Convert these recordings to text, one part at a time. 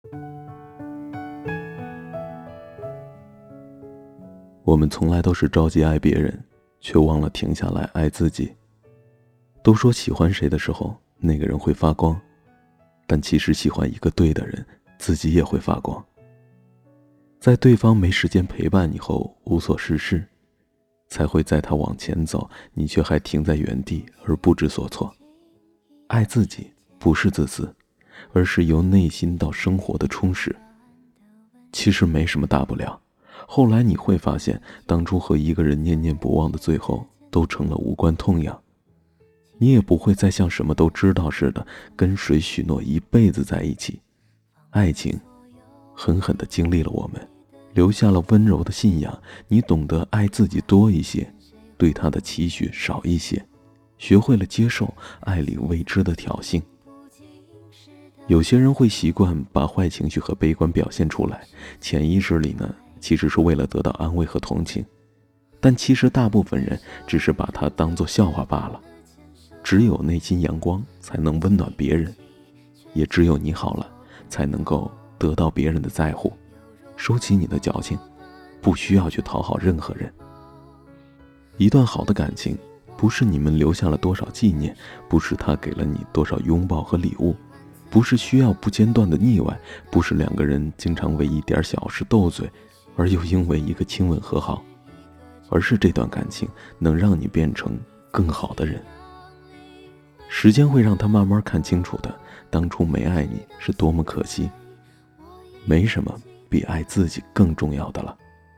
我们从来都是着急爱别人，却忘了停下来爱自己。都说喜欢谁的时候，那个人会发光，但其实喜欢一个对的人，自己也会发光。在对方没时间陪伴你后无所事事，才会在他往前走，你却还停在原地而不知所措。爱自己不是自私，而是由内心到生活的充实。其实没什么大不了，后来你会发现，当初和一个人念念不忘的最后，都成了无关痛痒。你也不会再像什么都知道似的，跟谁许诺一辈子在一起。爱情狠狠地经历了我们，留下了温柔的信仰。你懂得爱自己多一些，对他的期许少一些，学会了接受爱里未知的挑衅。有些人会习惯把坏情绪和悲观表现出来，潜意识里呢，其实是为了得到安慰和同情，但其实大部分人只是把它当作笑话罢了。只有内心阳光才能温暖别人，也只有你好了，才能够得到别人的在乎。收起你的矫情，不需要去讨好任何人。一段好的感情，不是你们留下了多少纪念，不是他给了你多少拥抱和礼物，不是需要不间断的腻歪，不是两个人经常为一点小事斗嘴，而又因为一个亲吻和好，而是这段感情能让你变成更好的人。时间会让他慢慢看清楚的，当初没爱你是多么可惜。没什么比爱自己更重要的了。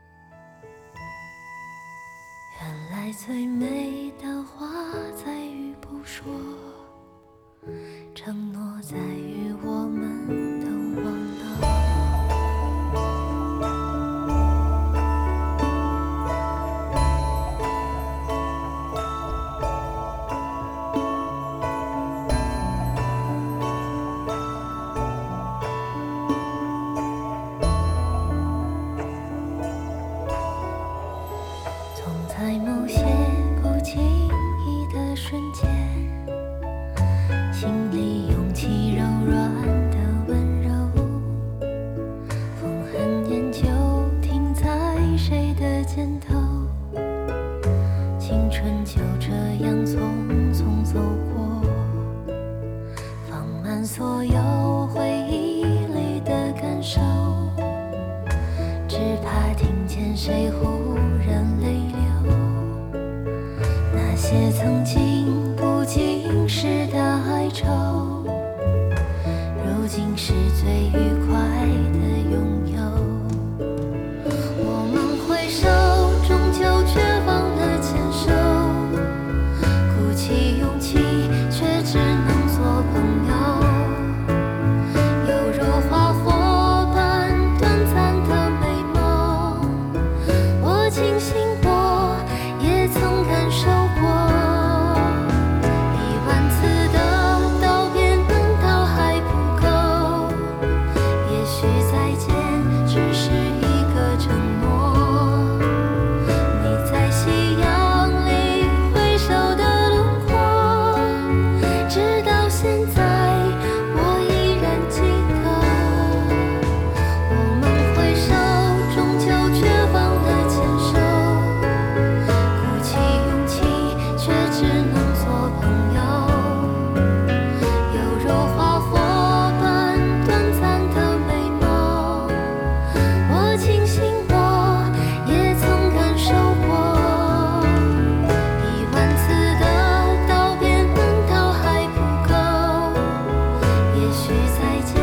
原来最美的话在于不说，承诺在于我们都忘了。在某些不经意的瞬间，心里涌起柔软的温柔，风很念旧，停在谁的肩头，青春就这样匆匆走过，放慢所有回忆里的感受，只怕听见谁忽然泪流。那些曾经不经事的哀愁，如今是最愉快的拥有。我们挥手，终究却忘了牵手，鼓起勇气，却只能做朋友。有如花火般短暂的美梦，我庆幸过，也曾感受过。再见。